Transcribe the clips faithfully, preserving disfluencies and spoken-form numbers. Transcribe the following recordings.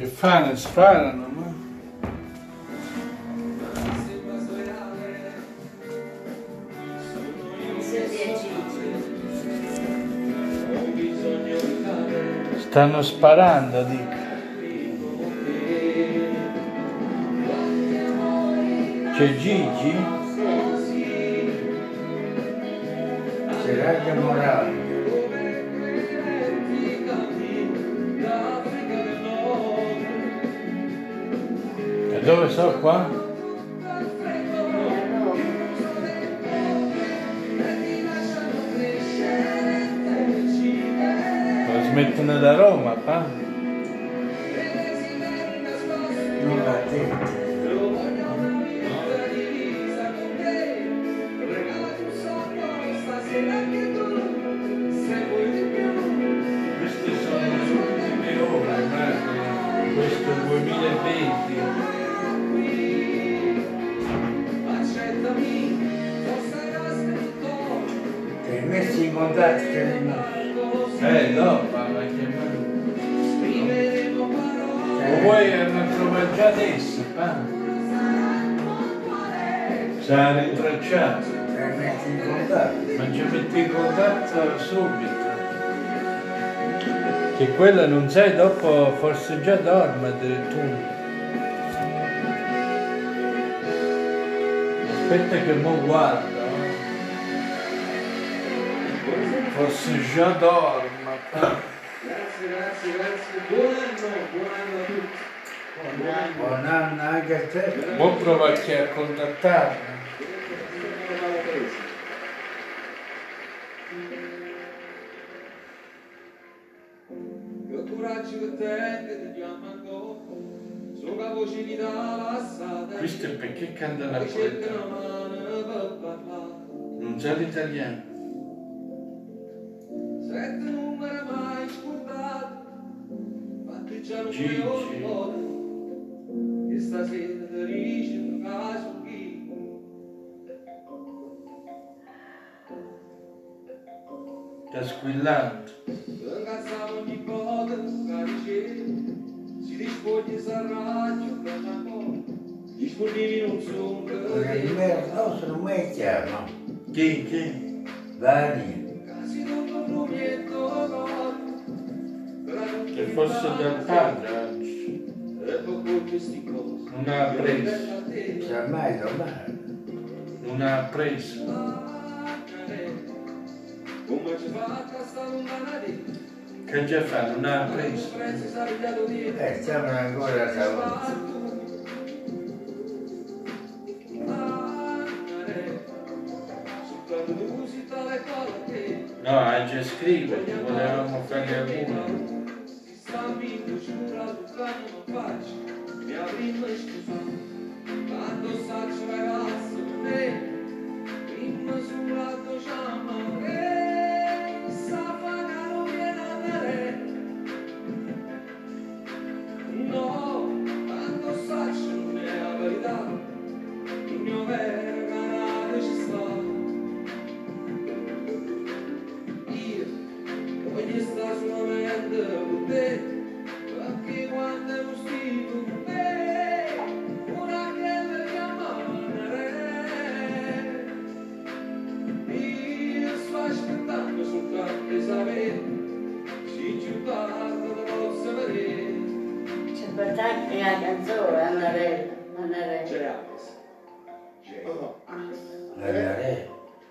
Che fanno? Sparano, ma... Stanno sparando, dico. C'è Gigi? C'è Radio Morale. E dove sono qua? Trasmettono da Roma, qua? Non la gente. Queste sono le ultime ore, ma questo duemilaventi. Ti hai messo in contatto con il nostro? Eh no, ma la chiamata. O vuoi una trovare già adesso, pa? S'ha rintracciato. Ti hai messo in contatto? Ma ci metti in contatto subito. Che quella non sai, dopo forse già dorme addirittura. Aspetta che mo guardo. eh. Forse già dorme. Grazie, grazie, grazie. Buon anno, buon anno a tutti. Buon anno. Buon anno anche a te. Mo provarci a contattarmi. Io coraggio per te che ti chiamano, so che voce mi dà l'assata. Questo è perché canta la Cerca poeta. una mano per parlare. Non sa l'italiano. Sette numeri mai scordati, fatti già non Gigi. puoi ora. E stasera ti dice un caso chi. Sta squillando. Incazzava ogni volta che dicevo, si rispoglia e s'arraggio per la cosa. Gli sportivi non sono per Il te. nostro non mi chiama. Chi? Chi? Vani. Casi dopo frumietto coro, Che fosse dal padre oggi. e poi questi cose. Non ha preso. Sa mai domani. Non ha preso. Come ci fa a sta lontana di Che già fa? Non ha preso. prezzi s'arrigliato di Eh, stiamo ancora a salute. soltanto tu si tale cosa che No, ha già scritto, ti volevamo fare gli auguri. si sta vinto giurato che non faccio mi avremo scusato quando saccio ragazzo per me prima sul lato chiama e sa pagare non viene a dare no quando saccio non è la verità il mio vero canale ci sta io voglio stare solamente con te perché quando non stai con te una che mi chiamare io sto aspettando soltanto di sapere se più tardi te posso vedere C'è importante la canzone, Annarella, Annarella. c'è Alex c'è Andare.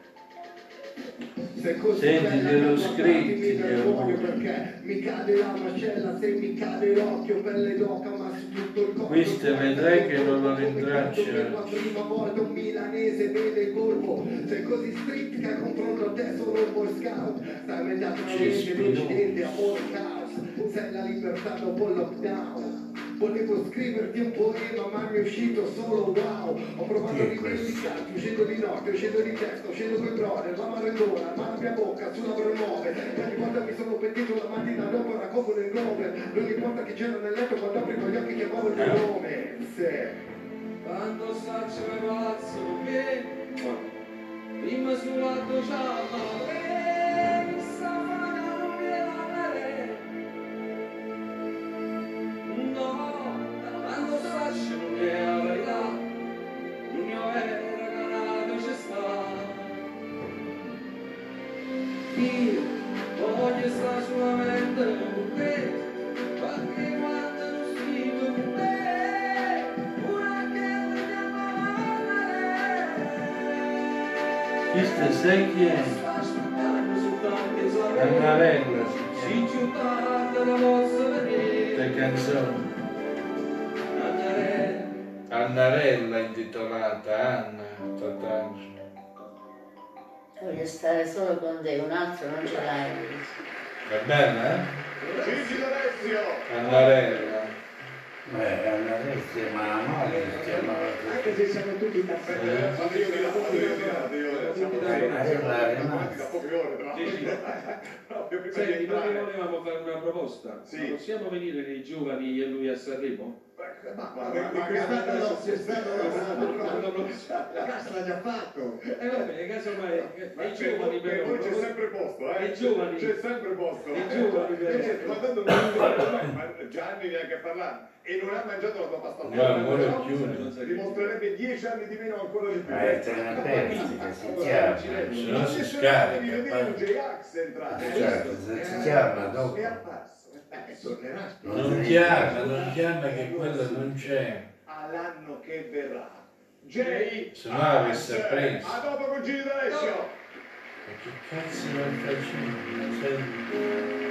Se così Senti, bella glielo non scritti, guardarmi nel glielo cuore, pure. perché mi cade la mascella se mi cade l'occhio, pelle d'oca ma su tutto il corpo. Queste vedrai che non lo Come rintraccia. canto per la prima volta un milanese vede il colpo. Sei così strict che confronto te sono un boy scout. Stai immediatamente l'Occidente, amore caos. Sei la libertà dopo il lockdown. Volevo scriverti un poema ma mi è uscito solo wow. Ho provato Chi a è questo? rivendicarti, uscendo di notte, uscendo di testa, uscendo coi brother, la maradona, ma la mia bocca sulla nuove. Ogni volta mi sono pentito la mattina dopo raccolgo nel nome. Non importa chi c'era nel letto quando aprivo gli occhi chiamavo il mio nome. Se quando saccio ragazzo che prima sul lato chiama e sa pagare non viene a dare no io voglio stare solamente con te, perché quando non stiamo con te, una che vogliamo amare. Questa sai chi è? Annarella si Si giuntata la vostra vedere. chiama, le canzoni. Annarella. Annarella intitolata Anna Tatangelo. Voglio stare solo con te, un altro non ce l'hai. È bella, eh? Gigi D'Alessio! Annarella. Eh, alla vecchia, ma la moglie si chiamava Anche se siamo tutti caffè, eh, fate io di là, fate io di là, io siamo tutti da poche ore, tra l'altro. Proprio prima di Senti, noi entrare. volevamo fare una proposta. Sì. Ma possiamo venire nei giovani e lui a Sanremo? Ma quest'anno no, quest'anno no, la cassa l'ha già fatto. E va bene, casomai, nei giovani però. Poi c'è sempre posto, eh? Nei giovani. C'è sempre posto. Nei giovani però. Eh, certo, ma tanto non ma Gianni neanche a parlare. E non ha mangiato la tua pasta Guarda, fredda, ora no? chiude. Dimostrerebbe dieci anni di meno ancora di più. Ma è terapeutica, che si chiama. Se no si Devi scarica. vedere un J-Ax entrare. Certo, se si chiama dopo. È apparso. Eh, tornerà. Non chiama, non chiama che quello non c'è. All'anno che verrà. J. Se no avesse preso. A dopo con Gigi D'Alessio. Ma che cazzo non facendo? Sei...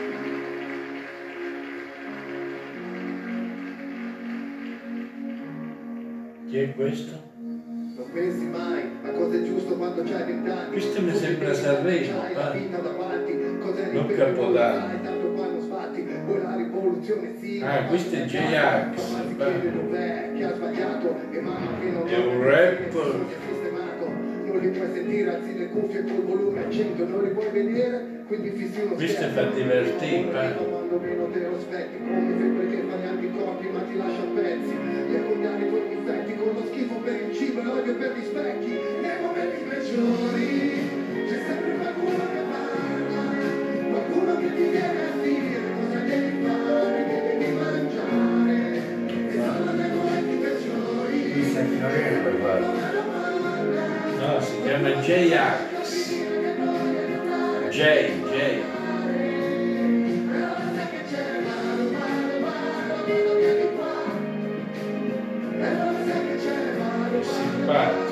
Chi è questo? Non pensi mai a cosa è giusto quando c'hai vent'anni. Questo mi sembra Sanremo, C'hai la eh. vita davanti, cos'è Non ripetere, Capodanno. sai, tanto quando sbatti, poi la rivoluzione sì. Ah, questo è J-Ax, Ma si chiede dov'è, chi ha sbagliato, e mamma che non È lo un vede, rapper. nessuno ti ha sistemato. Non li puoi sentire, alzi le cuffie col volume a cento, non li puoi vedere, quindi fissi uno Questo scherzo. fa divertire, eh. Quando meno te lo aspetti, come febbre che fai anticorpi ma ti lascia a pezzi. Le condanne con gli infetti, con lo schifo per il cibo e l'odio per gli specchi. Nei momenti peggiori c'è sempre qualcuno che parla, qualcuno che ti viene a dire cosa devi fare, che devi mangiare. E sono nei momenti peggiori. Questa è Fiorello, guarda. No, si chiama J-Ax. J, J. È simpatico.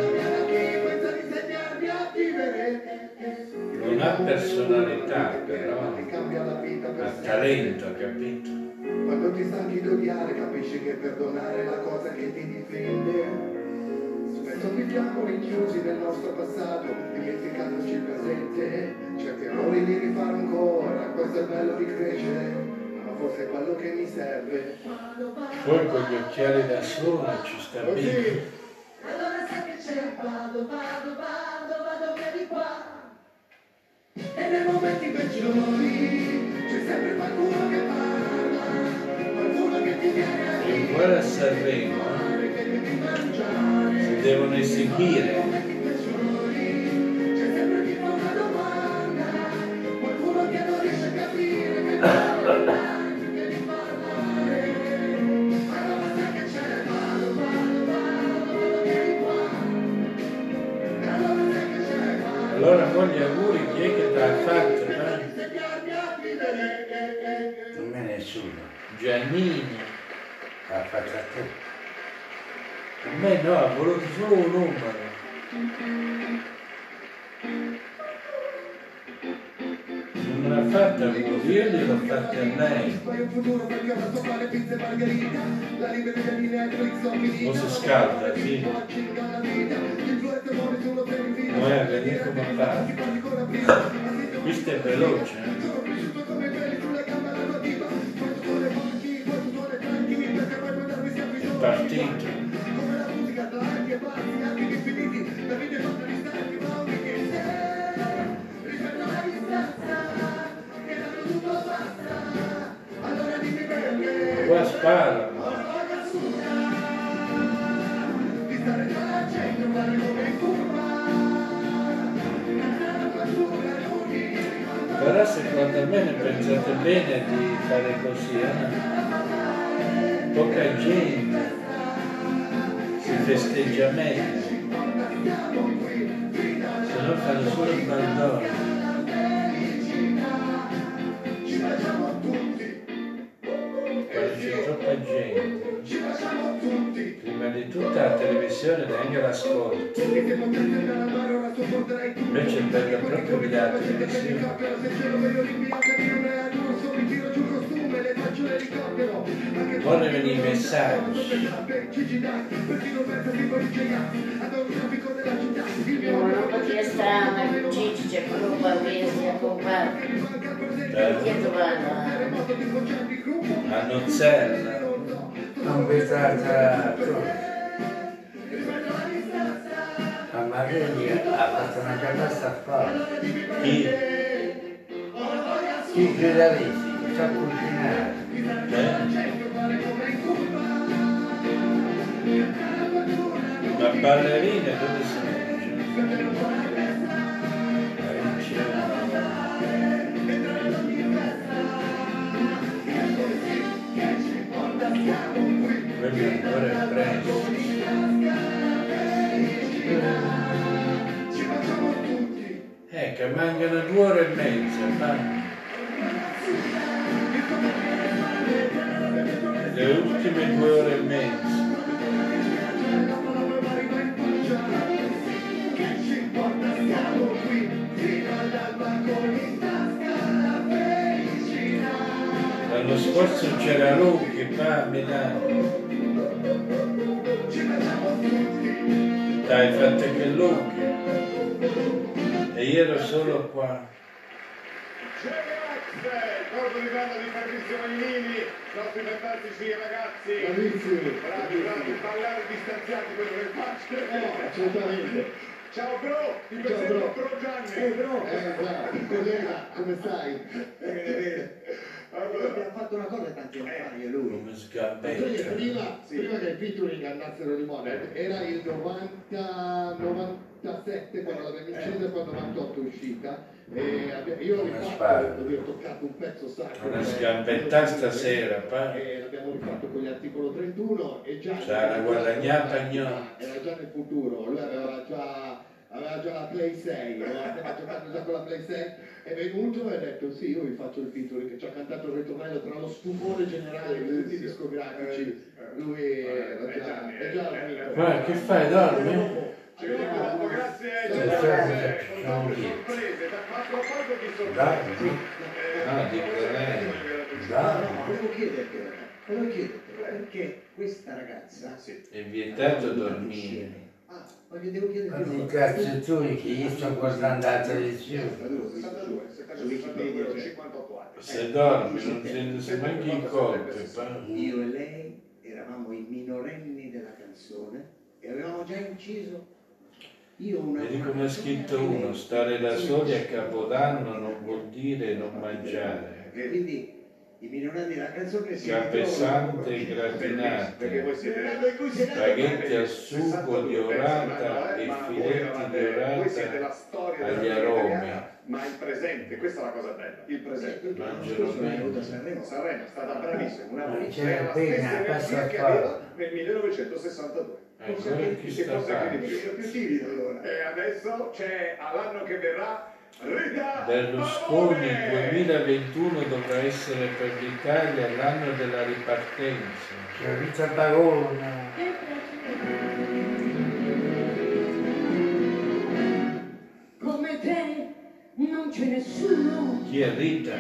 Non ha personalità, però ha talento, capito? Quando ti stanchi di odiare capisci che perdonare è la cosa che ti difende. Spesso viviamo rinchiusi nel nostro passato, dimenticandoci il presente. Certi errori li rifare ancora, questo è bello di crescere, ma forse è quello che mi serve. Poi con gli occhiali da sole ci sta bene. Così. Allora sai che c'è, vado, vado, vado, vado via di qua. E nei momenti peggiori c'è sempre qualcuno che parla, qualcuno che ti viene a E dire guarda a Sanremo, eh. che devi mangiare. Si devono esibire. C'è sempre chi fa una domanda, qualcuno che non riesce a capire che non devi parlare. Allora sai che c'è, vado, vado, vado, vado via di qua. Allora sai che c'è, vado. Allora con gli auguri chi è che l'ha fatto? Eh? Insegnarmi a vivere. Non me nessuno. Giannini. L'ha fatta a te. A me no, ha voluto solo un numero. Non me l'ha fatta lui, io gliel'ho fatta a lei. Fai un futuro perché ora sto fare pizza e margherita. La libreria di Netflix ho finito. Non si scalda, sì. Guarda, lì come fa. Questo è veloce, eh. È partito. Come la musica tra archi e passi, archi infiniti. La vita è fatta di stanchi, ma uniche. Se rispetto alla distanza, che da tutto basta. Allora dimmi perché. Qua sparano. Di stare tra la gente, guardare come in curva. Però secondo me ne pensate bene di fare così, eh? Poca gente, si festeggia meglio, se no fanno solo il baldone. tutta la televisione neanche l'ascolti. Invece è bello proprio vedere la televisione. Ora vengono i messaggi. Non poteva stare, ma Gigi c'è quello qua, vedi, si è comprato. Dietro vanno A Nozella. Non pensate a Maria ha fatto una giornata a fare. Chi? Chi Giudavici sa cucinare. Eh? Ma ballerine dove sono? Quello ancora è presto. Eh, che mancano due ore e mezza, ma... Le ultime due ore e mezza. L'anno scorso c'era lui che fa a Milano. Dai, fatto che lui. E io ero solo qua. Corpo di banda di Fabrizio Magnini, nostri fantastici ragazzi. Bravissimi. Bravi, bravi, ballare distanziati quello che faccio. Eh, assolutamente. Ciao bro, ti Ciao, presento bro. bro Gianni. Eh bro, eh bravo, collega, come stai? Allora, Abbiamo fatto una cosa tanti anni fa io e lui. Come Perché sgambetta. prima, prima che i featuring andassero di moda, era il novanta novantasette quando l'abbiamo incisa e poi il novantotto è uscita. E abbia- io ho Una rifatto, spalla. dove ho toccato un pezzo sacro. Una eh, sgambetta stasera, pa. E l'abbiamo rifatto con gli articolo trentuno e già... C'ha la guadagnata gnocca. Era già nel futuro, lui aveva già... Aveva già la Play sei, aveva appena giocato già con la Play sei, è venuto e ha detto sì, io vi faccio il featuring, che ci ha cantato il ritornello tra lo stupore generale di tutti i discografici, lui era già, è già un mito. Ma che fai, dormi? ci vediamo dopo, grazie. Sì, Grazie. sì, Con tante sì. sorprese. Ma a proposito di sorprese. Dai, eh, Ah, dico lei. dai. No, volevo chiederti, volevo chiederti perché questa ragazza È vietato dormire. Ah, voglio devo Ma chiederti di una cazzo tu che io sto guardando la televisione. sessantadue, sessantadue, cinquantotto anni. Se dormi non senti se manchi in colpe, pa. Io e lei eravamo i minorenni della canzone e avevamo già inciso. Io una Vedi come ha scritto uno, stare da soli a Capodanno non vuol dire non mangiare. Quindi i minorenni della canzone si Gambe sante e Perché gratinate, voi siete spaghetti al sugo di orata e filetti di orata agli aromi. Ma il presente, questa è la cosa bella, il presente. Mangiano bene. Sanremo. Sanremo è stata bravissima, una Ma voce, c'era era la appena, stessa energia passa che qua. aveva nel millenovecentosessantadue. Ancora chi E sta forse anche di facendo? più, più timido allora. E adesso c'è all'anno che verrà Rita Berlusconi Pavone! duemilaventuno dovrà essere per l'Italia l'anno della ripartenza. C'è Rita Pavone. Come te non c'è nessuno. Chi è Rita?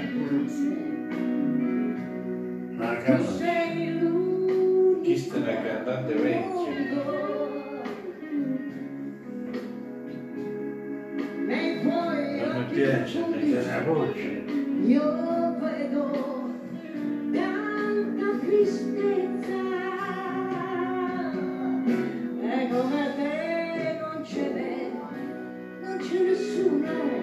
Manca Tu sei l'unico. Chi sta una cantante vecchia? Nei tuoi Non mi occhi piace, profondi c'è una voce. io vedo tanta tristezza. E come te non ce n'è, non c'è nessuno.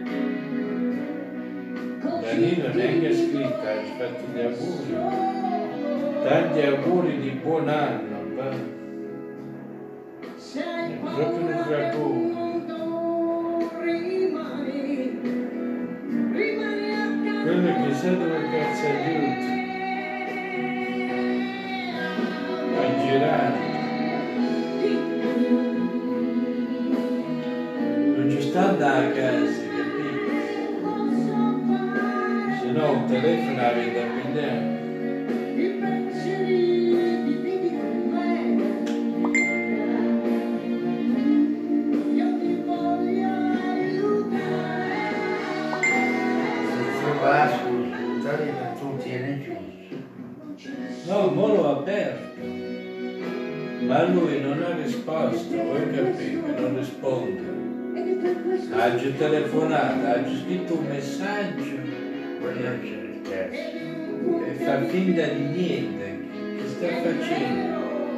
Danilo neanche ha scritto, ha fatto gli auguri. Tanti auguri di buon anno, pa. Sei proprio un crapone. rimani, rimani accanto. Quello chissà dove cazzo aiuta. Va girando. Non ci sta da a casa, capito? Se no un telefono avete da pigliare. I pensieri di vedi con me. va sul salire, tu tieni giusto. No, mo l'ho aperto. Ma lui non ha risposto, vuoi capire? Non risponde. Ha già telefonato, ha già scritto un messaggio Quello non c'è risposto. e fa finta di niente. Che sta facendo?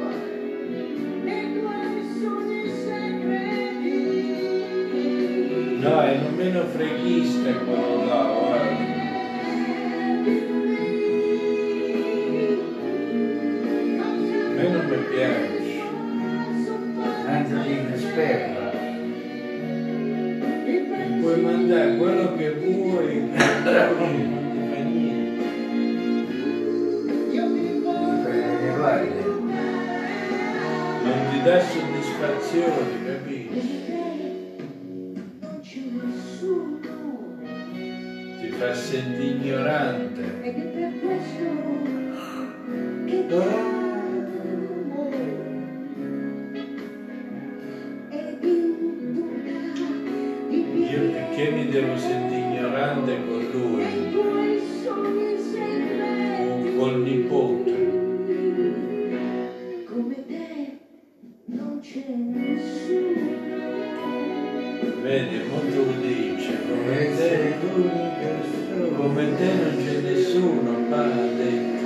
No, è non meno freghista quello là, guarda. A me non mi piace. Anzi, di esperto. Puoi mandare quello che vuoi, non fa niente. Perché guarda, Non ti dà soddisfazione, capisci? Ti fa sentire ignorante. Io perché mi devo sentire ignorante con lui? O col nipote? Vedi, molto lo dice, come te, come te non c'è nessuno, ma ha detto.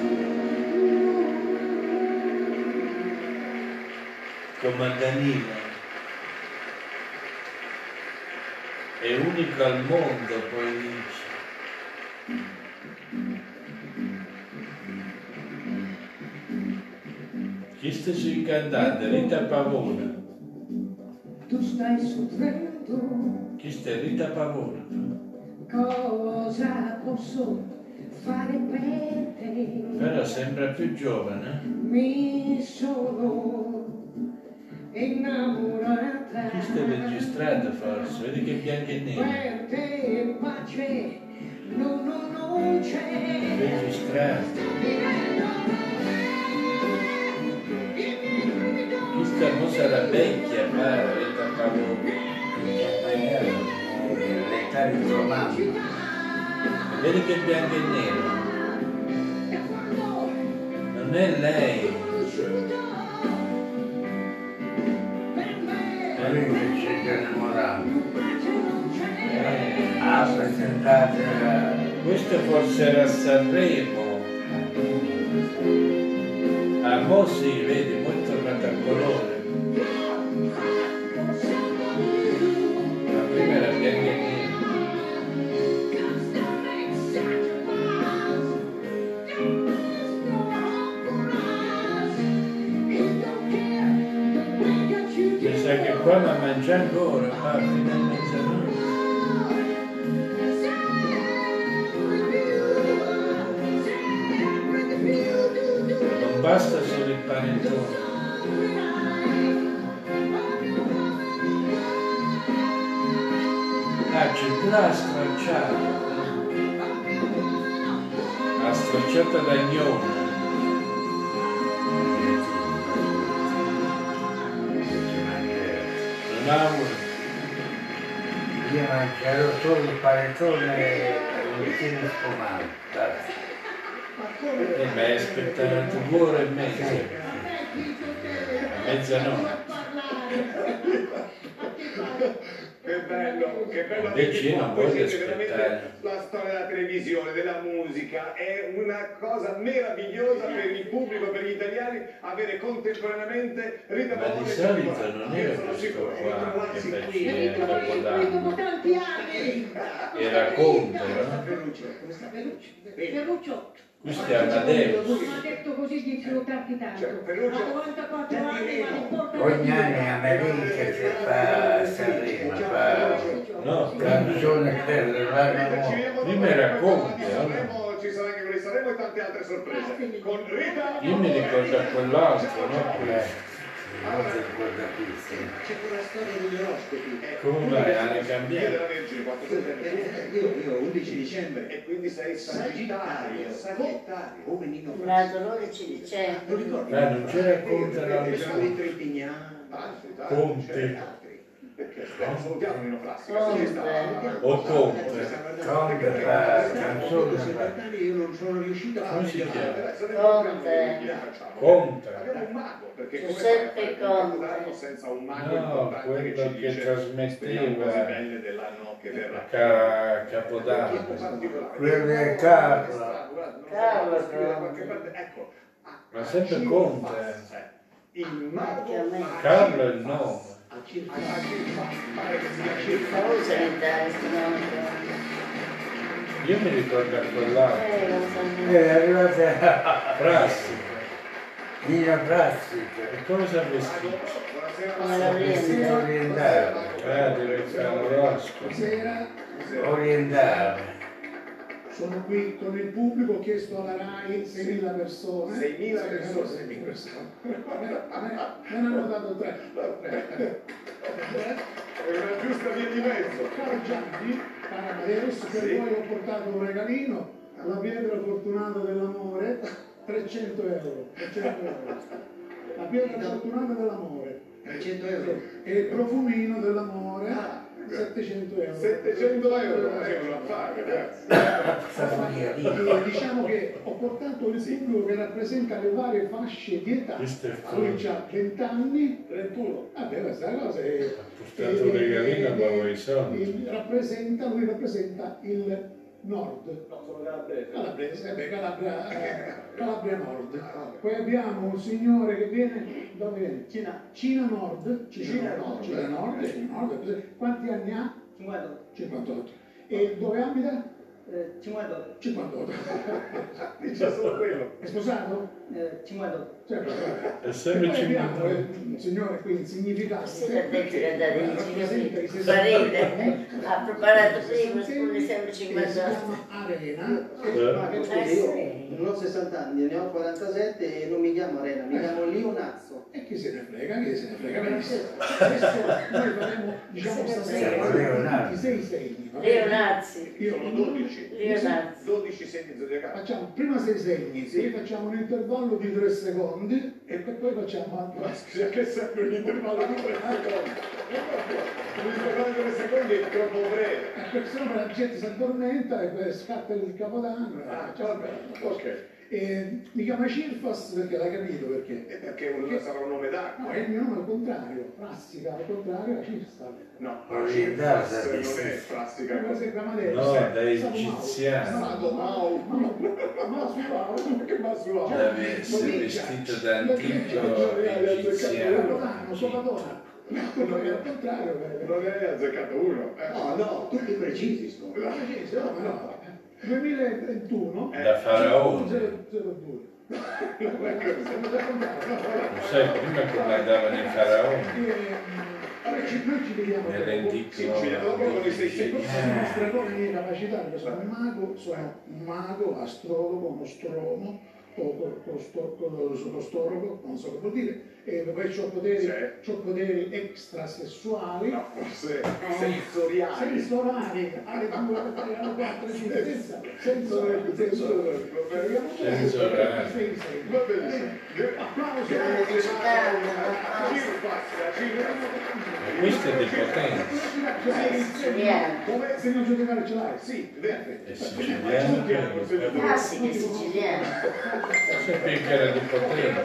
Come Danilo. È unico al mondo, poi dice. Chi sta sui cantanti? Rita Pavona. Tu stai soffrendo. Chi sta? Rita Pavona. Cosa posso fare per te? Però sembra più giovane. Mi sono innamorata. Chi sta registrato forse? Vedi che bianco e nero. Per te pace, no, no, non c'è. Registrato. Chi sta? Mo sarà vecchia, pare, Rita Pavona. l'età di tua mamma. Vedi che bianco e nero. Non è lei. E lui invece si è innamorato. Eh, Ha presentato la... questo forse era a Sanremo. Ah, mo sì, vedi, mo è tornato a colore. La prima era bianca e nera. Mi sa che qua ma mangia ancora, ma fino a mezzanotte. Non basta solo il panettone. Ah, c'è pure la stracciata. La stracciata d'agnone. Non ha una. Io mangerò solo il panettone e un chilo sfumato. Basta. Eh, ma hai aspettato un'ora e mezza. A mezzanotte. Che bello, che bello. Invece io non Voi voglio siete veramente aspettare. la storia della televisione, della musica, è una cosa meravigliosa per il pubblico, per gli italiani, avere contemporaneamente Rita Ma Pavone di e solito Gianni non Morandi. era Io sono questo sicuro, qua ritrovarsi che qui. faceva Capodanno. Dopo tanti anni. Era Conte, no? Ferruccio. Questo è Amadeo. Non mi ha detto così di fiutarti tanto. Cioè, Ferruccio- A novantaquattro anni, ma l'importante Ogni anno in America si fa Sanremo, fa No, canzone per l'anno. Prima era Conte, no? Sanremo, ci sarà anche con il Sanremo e tante altre sorprese. Con Rita Io mi ricordo quell'altro, no? Questo. Non si ricorda qui, sì. C'è quella storia degli oroscopi. Come vai? Alle Via cambiare? della Vergine, quattro settembre. Io, io undici dicembre. E quindi sei Sagittario. Sagittario, Sagittario. Come Nino La Francesco. dolore ci dice. Non ricordi? Beh, non c'era Conte l'anno C'erano i scorso. Trintignani. Tanti, tanti, Conte. c'è. Altri. Perché stiamo salutiamo Nino Frassica. O Conte. Conte fa canzoni. Io non sono riuscito a Come si chiama? Conte. Conte. Abbiamo un mago, perché come Giuseppe fai a fare un Conte. anno senza un mago No, importante quello che ci che dice trasmetteva speriamo cose belle dell'anno che verrà. Ca- Capodanno. Quello del Carlo. Carlo, Ecco, Ma sempre Conte. il mago Carlo è il nome. pare che sia Ma usa in testa, no? Io mi ricordo quell'altro. Eh, non so È niente. arrivata Frassica. Nino Frassica. E come si è vestito? Come la Vestito prende? orientale. Eh, deve fare l'oroscopo. Buonasera, Orientale. sono qui con il pubblico, ho chiesto alla RAI seimila persone. seimila persone. seimila persone. Me ne hanno dato tre. Tre. È una giusta via di mezzo. Caro Gianni, caro Amadeus, per Sì. voi ho portato un regalino, la pietra fortunata dell'amore, trecento euro. trecento euro. La pietra fortunata dell'amore. trecento euro. E il profumino dell'amore, Ah, settecento euro. settecento euro, è un affare, ragazzi. E diciamo che ho portato il pubblico che rappresenta le varie fasce di età. Questo è Lui fuori. ha venti anni, trentuno. Vabbè, questa cosa è. Ha portato un regalino, ma voi soldi. il- rappresenta, lui rappresenta il nord. No, sono calabrese. Calabrese, eh beh, Calabria, eh, Calabria Nord. Poi abbiamo un signore che viene, dove viene? Cina, Cina Nord. Cina, Cina Nord, Nord. Cina Nord, Cina Nord. Quanti anni ha? cinquantotto. cinquantotto. E dove abita? Eh, cinquantotto. cinquantotto. Dice solo quello. È sposato? Eh, cinquantotto. Cioè, È sempre poi abbiamo cinquanta. un signore qui insignificante. Sì, l'ha detto che è andato in Rappresenta i giro sessanta parete. anni. Ha preparato prima, spune sempre Che si cinquantotto. chiama Arena. Eh. Scusi, Eh, io sì. non ho sessanta anni, ne ho quarantasette e non mi chiamo Arena, mi chiamo Leonazzo. E chi se ne frega, chi se ne frega benissimo. Adesso noi faremo, diciamo, stasera Siamo Leonardo. i sei segni. va bene? Leonazzi. Io Sono dodici. Leonazzi. dodici segni zodiacali. Facciamo prima sei segni, poi facciamo un intervallo di tre secondi e poi facciamo anche. Ma scusa, che serve un intervallo di tre secondi? Un intervallo di tre secondi è troppo breve. Eh, perché sennò la gente si addormenta e poi scatta il capodanno. e Ah, facciamo- vabbè, ok. E mi chiama Cirfas perché l'hai capito perché? E perché un, sarà un nome No, d'acqua? è il mio nome al contrario, Frassica al contrario, Cirfas. No, Orientale, Cirfas non è sì. classica Come cosa. sembra Amadeus. No, eh, da Sapo Mau. egiziano. Sapo Mau. Ma su Mau. Che masuale. Deve essere vestito da antico egiziano. Capodanno, Sopadona. Quello che è al contrario. eh, Non ne hai azzeccato uno. Eh. No, no, tutti precisi sono. Sì, no, ma no. duemilaventuno Da faraone. zero zero due. Non è così. Lo sai, prima comandavano i faraoni. Allora, ci- noi ci vediamo Nell'antico Sì, ci vediamo dopo con i sei segni. Queste dimostrano le mie capacità, perché sono un mago, sono un mago, astrologo, uno stromo, o co- co- sto- co- sono storico, non so che vuol dire, e poi ho poteri, Sì. c'ho poteri extrasessuali, No, forse sensoriali. sensoriali, alle due, alle tre, alle quattro, cinque, senza, sensoriali, sensoriali. Sensoriali. Sei, sei. Va benissimo. Applauso. Cirfas, Cirfas. Ma questo è di potenza. Siciliano. Come se non giocare ce l'hai? Sì, verde. È siciliano. Classiche siciliane. Sapevi che era di potenza.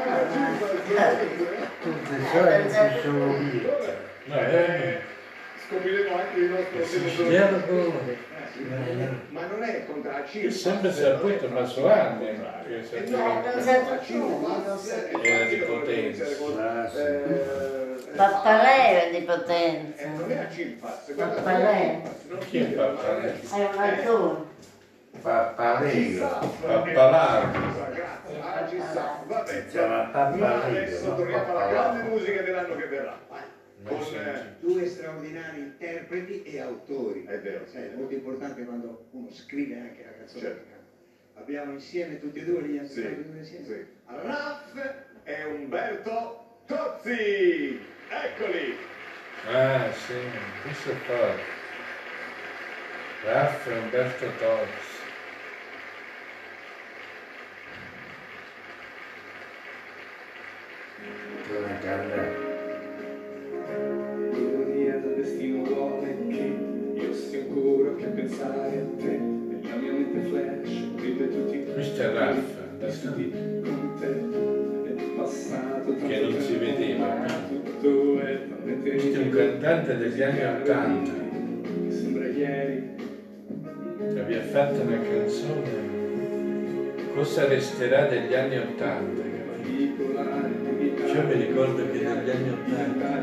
Tutte solite sono lì. No, eh, Scopriremo anche il nostro siciliano senatore. come? Ma non è contro la È Cirfas. sempre saputo, ma so anni che Eh, sapeva no, non che sa la tutto, non sa. Cirfas è Era di partito per potenza. iniziare con, Ah, sì. eh, Pappaleo è di eh, potenza. non è a Cirfas, Pappaleo. Chi è Pappaleo? È un attore. Pappalego. Pappalardo. Grazie, ah, ci sta. Vabbè, Si chiama Pappalego, ma adesso non torniamo alla Pappalaro. grande musica dell'anno che verrà. Con, Non senti. eh, Due straordinari interpreti e autori. È vero, sì. È molto importante quando uno scrive anche la canzone. Certo. Abbiamo insieme tutti e due, li abbiamo Sì, tutti e due insieme. sì. Raff e Umberto Tozzi. Eccoli. Ah, sì, questo è forte. Raff e Umberto Tozzi. Una canna. Melodia cantante degli anni ottanta Sembra ieri. che vi ha fatto una canzone. Cosa resterà degli anni ottanta? Cioè mi ricordo che degli anni ottanta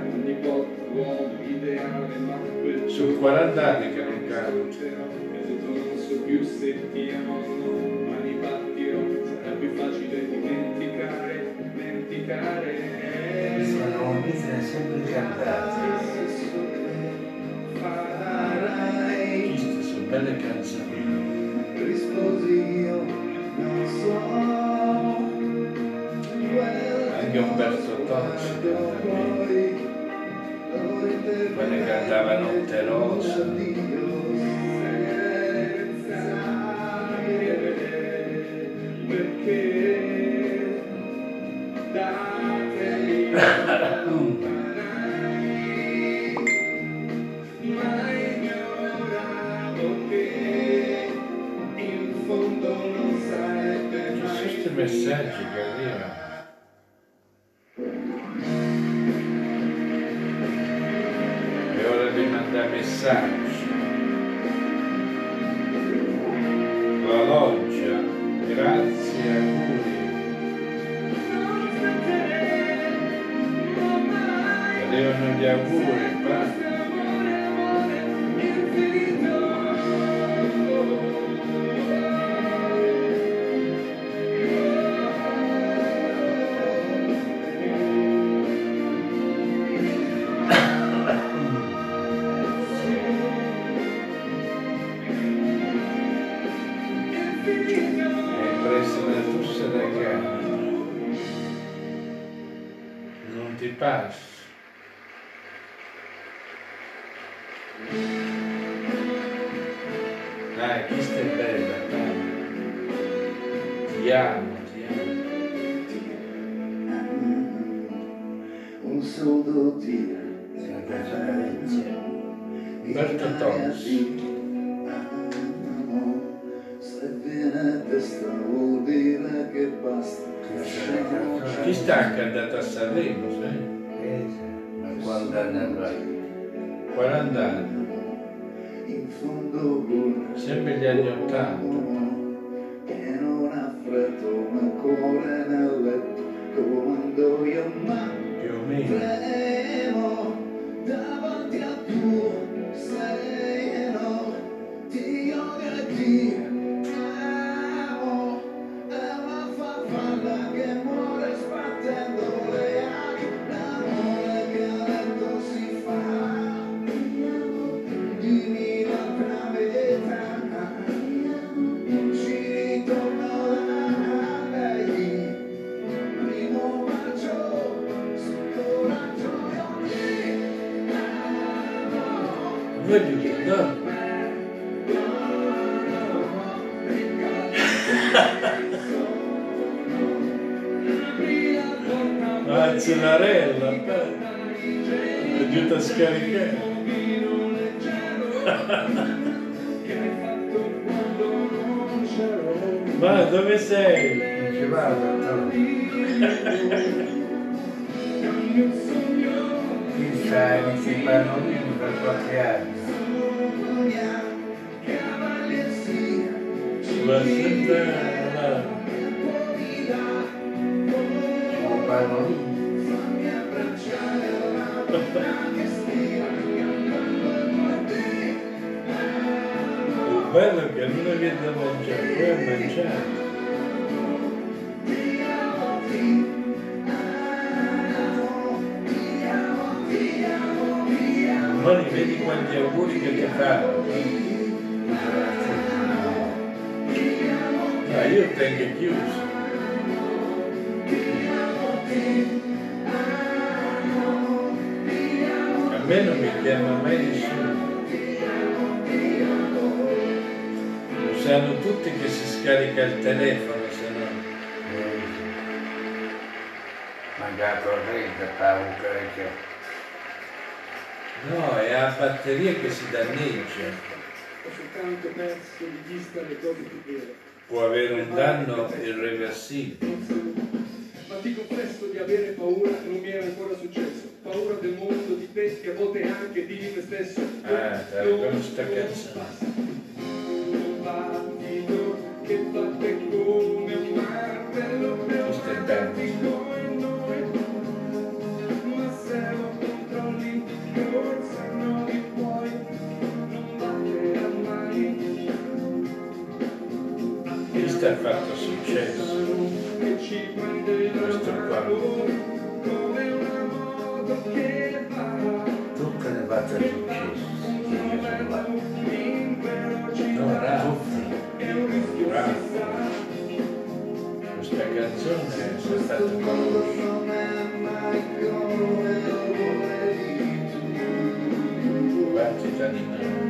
sono quaranta anni che non canto. Non so più se ti amo o no, ma li battirò, sarà più facile dimenticare, dimenticare. Sono un business sempre cantato. Queste sono belle canzoni. Risposi io, non so. Anche Umberto Tozzi canta bene. Quelle cantava Notte Rosa. Perché da te mi mai ignoravo che in fondo non sarebbe Ci sono mai questi messaggi che arrivano. È ora di mandare messaggi. La loggia, grazie, auguri. Arrivano gli auguri, pa. Non ti passa. Dai, questa è bella, dai. Ti amo, ti amo. Un solo tira. Umberto Tozzi. Se viene a testa vuol dire che basta. Chi sta anche andato a Sanremo, sai? Ma quando andava? quaranta anni. In fondo con Sempre gli anni ottanta. che non ha freddo ma cuore nel letto comando io ma Più o meno. tremo davanti al tuo seno ti odio e ti amo è una farfalla che muore sbattendo le ali l'amore che a letto si fa dimmi l'altra metà ci ritorno da lei primo maggio sul coraggio io ti amo Voglio che no. Ah, Cenarella, aiuta a scaricare. Ma dove sei? Non ci vado, no. Chissà, non si fanno vivo per qualche anno. Ma sempre là. Non fanno vivo. Il bello è che non viene da mangiare, poi è mangiato. Domani vedi quanti auguri che ti fanno. No, io tengo chiuso. A me non mi chiama mai nessuno. Lo sanno tutti che si scarica il telefono, se no. Mangiato corrente, stavo che No, è a batteria che si danneggia. Ho soltanto perso di vista le cose più vere. Può avere un danno irreversibile. ma ti confesso di avere paura, non mi era ancora successo. Paura del mondo, di te e a volte anche di me stesso. Eh, Non questa canzone. basta. Un battito che batte come un martello pneumatico e noi. Ma se lo controlli di corsa non li puoi, non batterà mai. Questo ha fatto successo. Che ci prende Questo la qua. mano come una moto che va. Tutte le batte successo, si chiede qua. No, bravo. Bravo. Questa canzone è stata conosciuta. Battita di mano.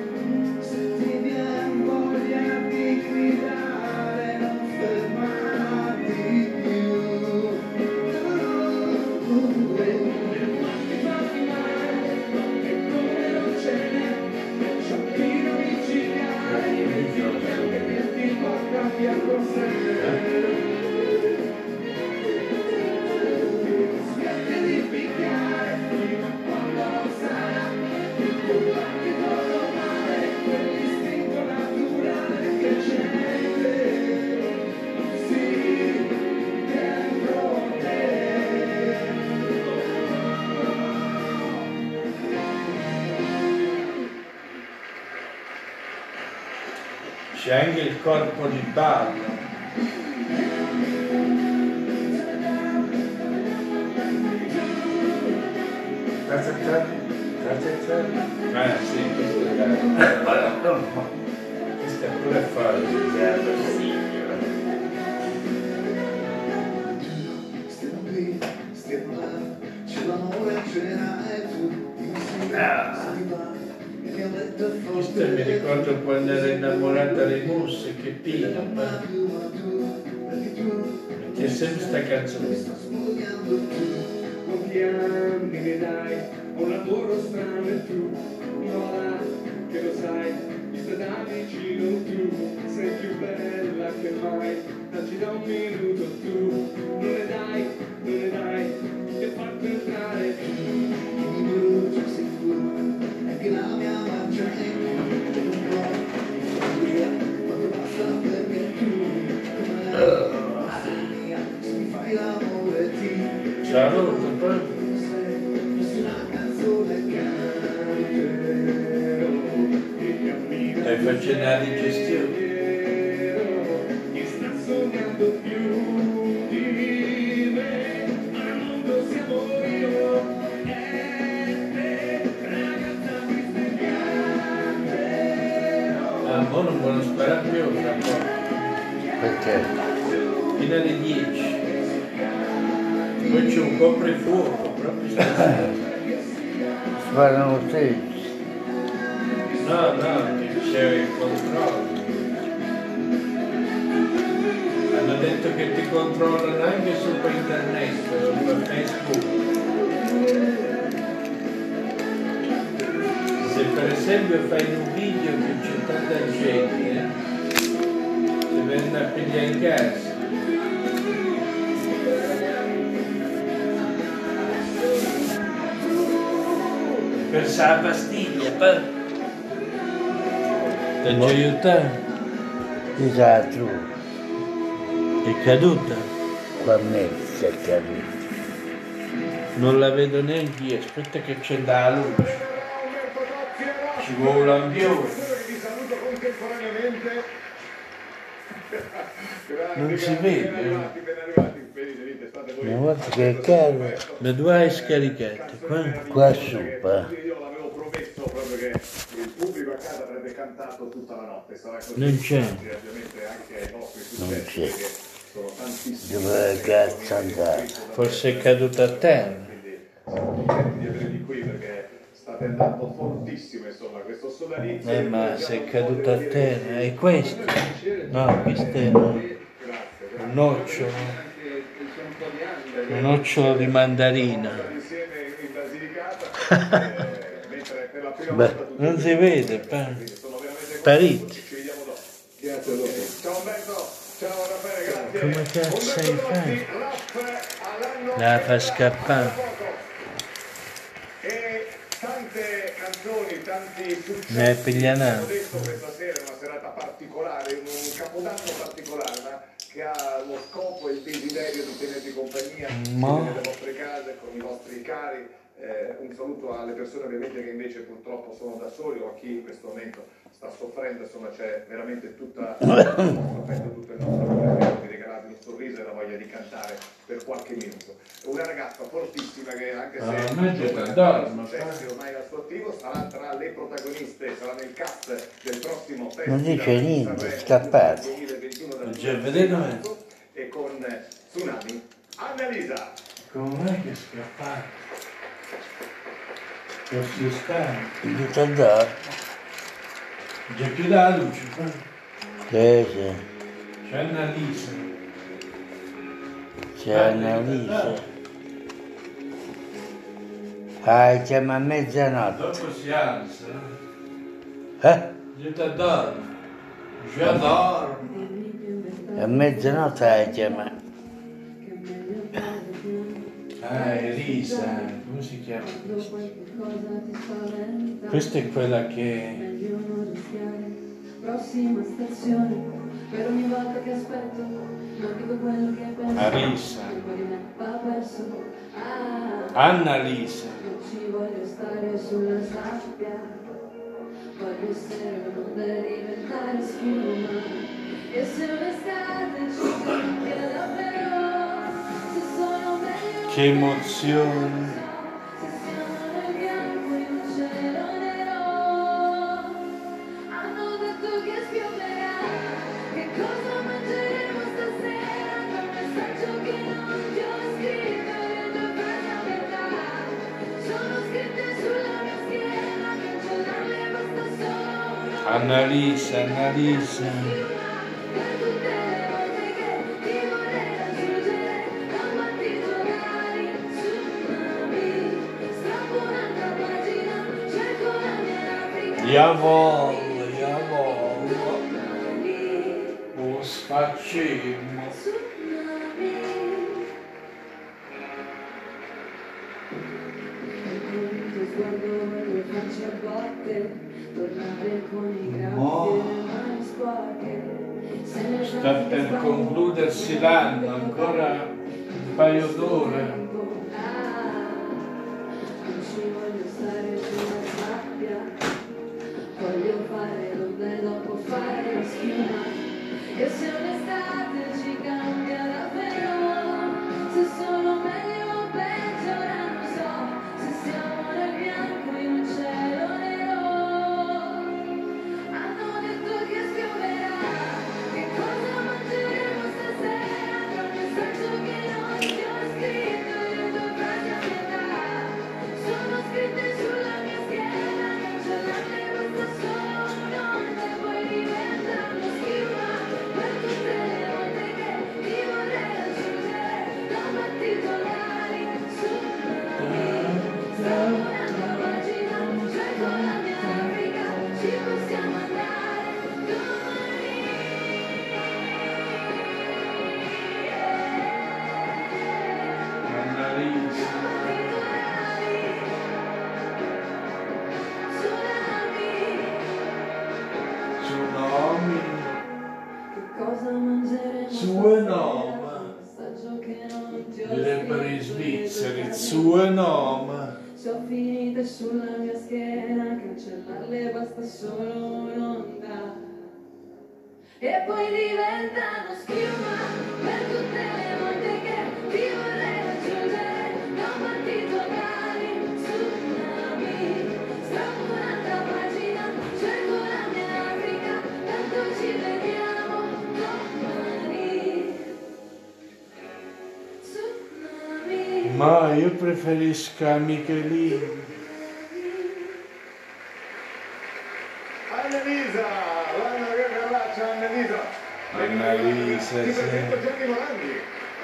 C'è anche il corpo di ballo. Ah sì, questo è bello. Questo è pure forte. Questo mi ricordo quando ero innamorata dei Mousse, che pino, ma c'è sempre sta canzone. Quanti anni mi dai, un lavoro strano e tu, no là, che lo sai, mi stai da vicino tu, sei più bella che mai, dacci da un minuto tu, non ne dai, non ne dai, che farti entrare, mi brucio sicuro, è che la mia marcia è un po', quando passa per me tu, come la mia, se mi fai l'amore ti... Saluto, poi. Stai facendo la digestione. Chi sta sognando più di me, al mondo siamo io e te, ragazza mi svegliate. Ah, mo non voglio sparare più fra poco. Perché? Fino alle dieci. Poi c'è un coprifuoco, proprio stasera. Sparano tutti. No, no, che c'è il controllo. Hanno detto che ti controllano anche su internet, su Facebook. Se per esempio fai un video che c'è tanta gente, ti vengono a pigliare in casa. Per la pastiglia, per... Ti ha aiutato? Esatto, È caduta? qua a me si è caduto. Non la vedo neanche io, aspetta che c'è da luce. Ci vuole un lampione. Vi saluto contemporaneamente. Non si vede. Ben arrivati, ben arrivati. Vedi, venite, state voi. Una volta che cade, Le due hai scaricate, qua? qua sopra. Io l'avevo promesso proprio che il pubblico a casa avrebbe cantato tutta la notte. Sarà così. Non c'è. Ovviamente anche ai nostri Non successi, c'è. perché sono tantissimi. Dove cazzo andare? Forse è caduta a terra. Quindi sono contenti di avervi qui perché state andando fortissimo, insomma, questo sodalizio. Eh, ma se è caduta a terra, è questo? No, questo è un, un nocciolo. Un nocciolo di mandarina. Insieme in Basilicata, eh, mentre per la prima Beh, volta tutti Non si vede, pa- sono veramente spariti. ci vediamo dopo. Grazie a loro. Ciao Umberto! Ciao Raffaele, grazie. Come cazzo hai fatto? All'anno La fa scappare. E tante canzoni, tanti successi. Ne pigliano. Abbiamo detto questa sera è una serata particolare, un capodanno particolare, ma che ha lo scopo e il desiderio di tenervi compagnia Ma... nelle vostre case, con i vostri cari. Eh, un saluto alle persone ovviamente che invece purtroppo sono da soli o a chi in questo momento sta soffrendo, insomma c'è veramente tutta il nostro affetto, tutto il nostro amore di regalarvi un sorriso e la voglia di cantare per qualche minuto. Una ragazza fortissima che anche se ah, non è successi ormai al suo attivo sarà tra le protagoniste, sarà nel cast del prossimo festival non dice niente, scappato. duemilaventuno da Già vedete e con Tsunami Annalisa. Com'è che è scappato? Così sta. Tutto addosso. Già più da luce. Sì, sì. C'è Annalisa. C'è Annalisa. Ah, chiama a mezzanotte. Dopo si alza. Eh? Già dorme. Già dorme. A mezzanotte la chiama. Ah, Elisa, come si chiama? Questa è quella che... Prossima stazione, per ogni volta che aspetto, non dico quello che penso. Arisa. Va perso. Ah, Annalisa. non ci voglio stare sulla sabbia, voglio essere un'onda e diventare schiuma. E se un'estate ci cambia davvero, se sono meglio. Che emozione. Se siamo nel bianco in un cielo nero, hanno detto che spioverà, che cosa mangeremo stasera, quel messaggio che non ti ho scritto, le tue frasi a metà, sono scritte sulla mia schiena, cancellarle basta solo un Annalisa, Annalisa. per tutte le volte che ti vorrei raggiungere, non battito l'ali, tsunami, strappo un'altra pagina, cerco la mia Africa. Jawohl, jawohl. Tsunami, Lo sfacemmo. tsunami. Con il tuo sguardo e le facce a botte, tornare con i graffi Mo. e le mani sporche. Se ne Sta sbagli che per sbagli, concludersi l'anno, ancora un paio d'ore. ah, non ci voglio stare sulla sabbia, voglio fare l'onda e dopo fare la schiuma. E se un'estate ci cambia davvero, se sono meglio o peggio ora non so, se siamo nel bianco in un cielo nero, hanno detto che spioverà, che cosa mangeremo stasera, tra un messaggio che non ti ho scritto, le tue frasi a metà, sono scritte sulla mia schiena, cancellarle basta solo un'onda e poi diventano schiuma, per tutte le volte che ti vorrei raggiungere, non battito l'ali, tsunami, stavo un'altra pagina, cerco la mia Africa, ci possiamo andare domani. Annalisa. Tsunami. Che cosa mangeremo Sue stasera? nome. Messaggio che non ti ho Direbbero i scritto, svizzeri, niente sue nome. se ho finite sulla mia schiena, cancellarle basta solo un'onda e poi diventano schiuma, per tutte le volte che ti vorrei raggiungere, non battito gali, tsunami, strappo un'altra pagina, cerco la mia Africa, tanto ci vediamo domani, tsunami. Ma io preferisco a Michelini. Annalisa, l'anno che abbraccia Annalisa. Annalisa, Ti sì. presento Gianni Morandi.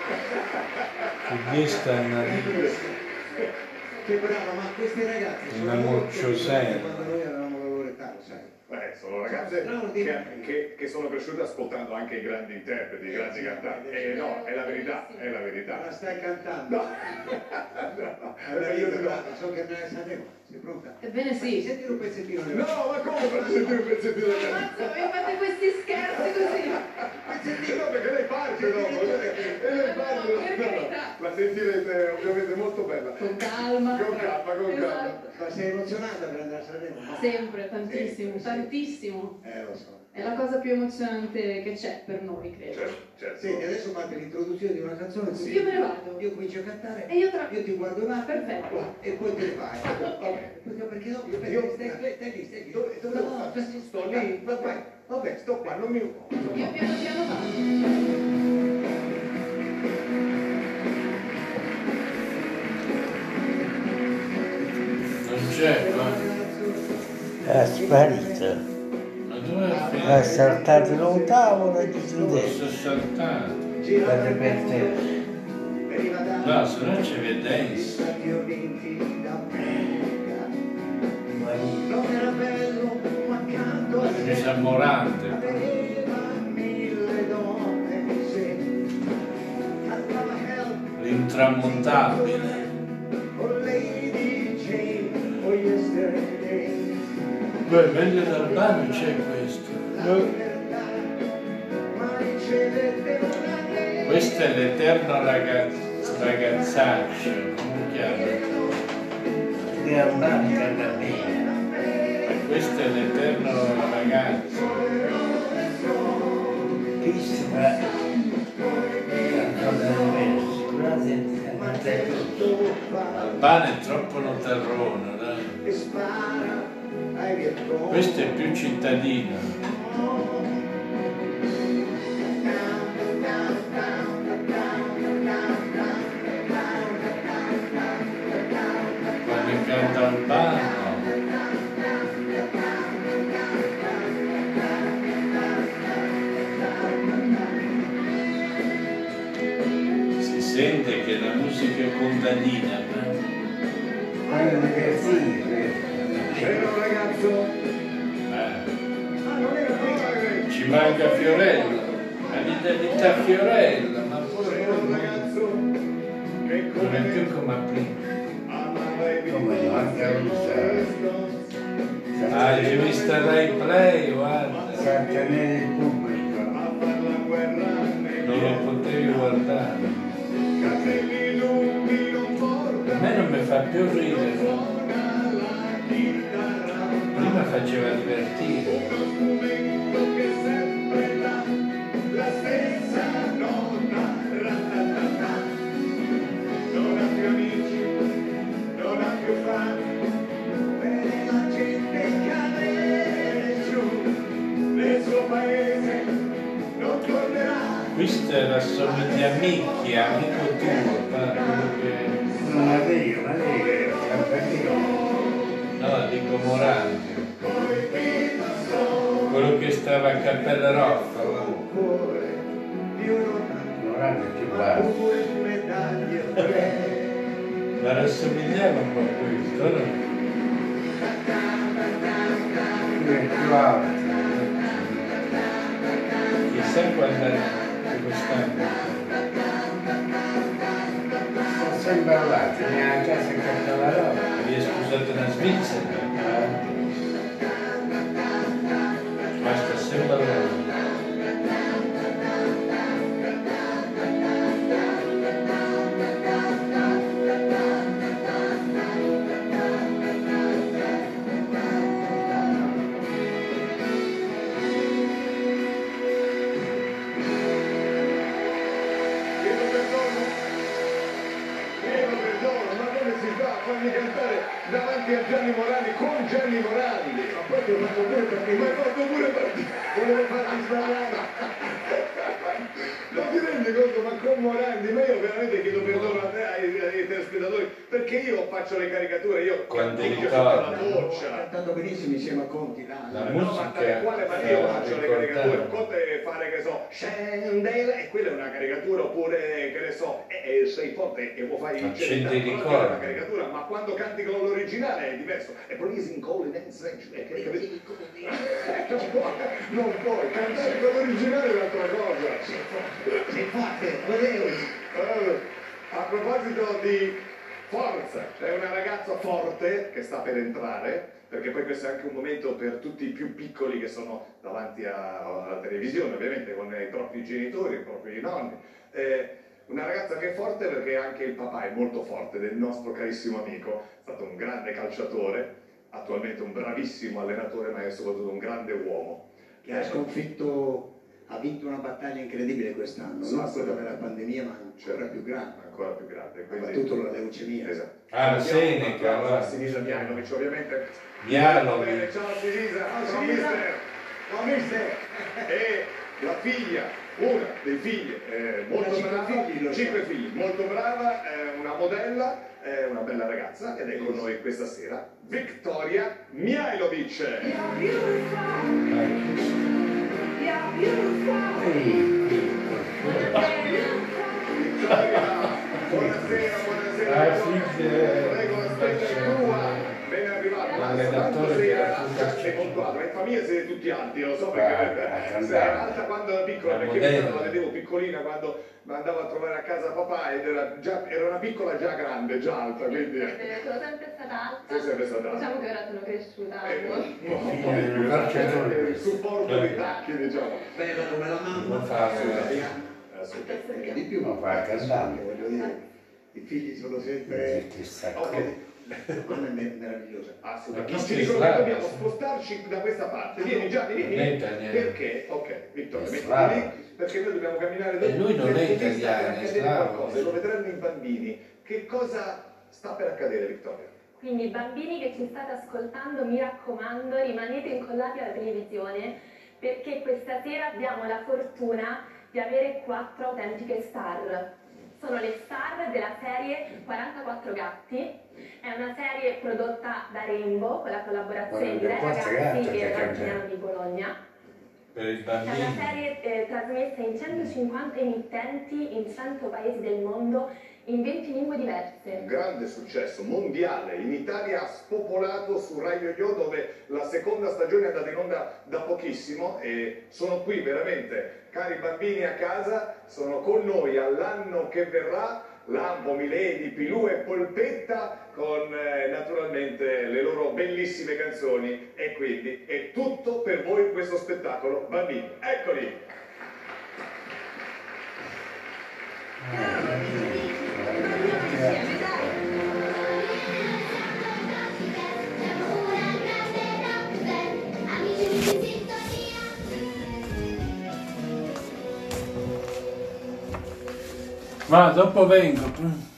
Che sta Annalisa? Che brava, ma questi ragazzi Una sono molto muccio più bravi sempre. quando noi eravamo la loro età, sai. Beh, sono ragazze che, che, che sono cresciute ascoltando anche i grandi interpreti, i grandi cantanti. Eh no, è la verità, è la verità. La stai cantando? No. No, Allora io io no. no. So che andare a Sanremo. Sei pronta? Ebbene sì. Senti un pezzettino. No, ma come fate sentire un pezzettino del Ammazza, mi fate questi scherzi così. pezzettino perché lei parte dopo, e lei parte No, per carità. la sentirete ovviamente molto bella. Con calma. Con calma, con calma. Esatto. Ma sei emozionata per andare a Sanremo? No? Sempre, tantissimo, Sì, sì. tantissimo. Eh, lo so. È la cosa più emozionante che c'è per noi, credo. Certo, certo. Senti, adesso parte l'introduzione di una canzone. Sì. Io me ne vado. Io comincio a cantare. E io tra... Io ti guardo là. Perfetto. E poi te ne vai. Ok. Perché no? Io Io- stai, stai, stai lì, stai lì. Dove, dove No, sto? sto- Sto lì, vabbè, vabbè, sto qua, non mi... Io piano piano vado. Non c'è qua. È sparito. Ma dove è È finito? saltato da un tavolo e di giù dentro. Sono saltato. Guarda per te. Veniva da... No, se no ci vede. Stati Uniti d'America. Non era bello, ma accanto a Mi sé sa morante. aveva mille donne, sì. Andava help, L'intramontabile. oh Lady Jane, oh yesterday. Beh, meglio d'Albano c'è questo. La libertà, ma ricevette una lei. Questo è l'eterno ragazz ragazzaccio, come chiama? Di Albania da me. Questo è l'eterno ragazzo. Chi si fa? Qualcosa diverso. Scusate, Albano è troppo noterrone, dai. E spara ai Vietcong. Questo è più cittadino. Quando canta Albano. Si sente che la musica è contadina, no? quello che sì, C'era un ragazzo, Eh, Ah, non era qui. ci manca Fiorella, la vitalità Fiorella, ma pure c'era un non ragazzo che è come più me come prima. amava i Come no, anche a Ah, hai visto Rai Play, guarda, sa tenere il pubblico. a far la guerra non lo potevi guardare. capelli lunghi non porta A me non mi fa più ridere, suona la chitarra prima faceva divertire. uno strumento che sempre dà la stessa nota ratatata. Non ha più amici, non ha più fan, vede la gente cadere giù nel suo paese, non tornerà. Questa rassomiglia a Micchi, amico tuo, pa- quello che... Non è vero, ma è vero, sempre vero. No, dico Morante, quello che stava a Cappella Roffa, va. Non è più guarda. Ma rassomigliava un po' a questo, no? Lui è più alto. Chissà quando è quest'anno. Sta sempre là, tenia a casa che la roba. Vi è scusato una Svizzera? Ma sta sempre là. Chiedo perdono, chiedo perdono, ma come si fa a farmi cantare davanti a Gianni Morandi, con Gianni Morandi? Ma poi ti ho fatto pure perché mi hai fatto pure partire, volevo farti sballare. Non ti rendi conto, ma con Morandi, ma io veramente chiedo perdono a te, ai, ai telespettatori, perché perché io faccio le caricature, io Quando canticchio ricordo. sotto la Ho doccia. cantato benissimo insieme a Conti, là. La No, musica ma tale quale, ma io fa faccio le ricordare. caricature, un conto è fare, che so, Scendel, e quella è una caricatura, oppure, che ne so, eh, eh, sei forte e vuoi fare il Accendi genitale, i però quella è una ricordi. caricatura, ma quando canti con l'originale è diverso, è Pleasing Calling and Sex, eh, che- capito? Non puoi, non puoi, cantare con l'originale è un'altra cosa. Sei forte, volevo. Eh, a proposito di forza, c'è una ragazza forte che sta per entrare, perché poi questo è anche un momento per tutti i più piccoli che sono davanti a- alla televisione, ovviamente con i propri genitori, i propri nonni. Eh, una ragazza che è forte perché anche il papà è molto forte, del nostro carissimo amico, è stato un grande calciatore, attualmente un bravissimo allenatore, ma è soprattutto un grande uomo. Che ha sconfitto, ha vinto una battaglia incredibile quest'anno, Sì, non sì. quella della pandemia, ma ancora più grande. Ancora più grande. Ha Quindi... battuto la leucemia. Esatto. Ah, Abbiamo Seneca, un applauso va. a Sinisa Mianovic, ovviamente. Mianovic. Va bene, ciao Sinisa. Ciao, Ciao Sinisa. mister. Ciao mister. E la figlia, una dei figli, eh, molto cinque brava, figli, lo so. cinque figli, molto brava, eh, una modella, eh, una bella ragazza, ed è con noi questa sera Victoria Mihailovic. Vittoria, buonasera, buonasera. Ah, sì, sì, Prego, la stella è tua. Ben arrivato. L'allenatore Sei era alta, tutto sei molto alta. In famiglia siete tutti alti, lo so Guarda, perché andava. sei alta quando ero piccola, La perché modella. io la vedevo piccolina quando andavo a trovare a casa papà ed era, già, era una piccola già grande, già alta, quindi... Eh, Sono sempre stata alta. Sei sempre stata alta. Diciamo che ora sono cresciuta. Eh, molto. un calciatore il questo. supporto di tacchi, diciamo. Bella come la mamma. Non fa Eh, Assolutamente. Perché di più Non fa cantante. voglio dire, i figli sono sempre... Chissà Ok. come. La mamma è me- meravigliosa. Assolutamente. Ma chi Non ci si dico che slava? dobbiamo spostarci da questa parte. Vieni Gianni, vieni. Non è italiano. Perché? Ok, Vittorio, È mettiti slavo. lì, perché noi dobbiamo camminare E lui non è perché sta italiano, per è accadere slavo. qualcosa, e lo vedranno i bambini. Che cosa sta per accadere, Vittoria? Quindi bambini che ci state ascoltando, mi raccomando, rimanete incollati alla televisione perché questa sera abbiamo la fortuna di avere quattro autentiche star. Sono le star della serie quarantaquattro Gatti, è una serie prodotta da Rainbow con la collaborazione di Re quarantaquattro Ragazzi gatti, e che Martiniano di Bologna. Per i È una bambini. serie eh, trasmessa in centocinquanta emittenti in cento paesi del mondo in venti lingue diverse. Un grande successo mondiale, in Italia ha spopolato su Rai Yo-Yo, dove la seconda stagione è andata in onda da pochissimo e sono qui veramente, cari bambini a casa, sono con noi all'anno che verrà Lampo, Milady, Pilù e Polpetta con eh, naturalmente le loro bellissime canzoni, e quindi è tutto per voi questo spettacolo, bambini. Eccoli! Ma dopo vengo.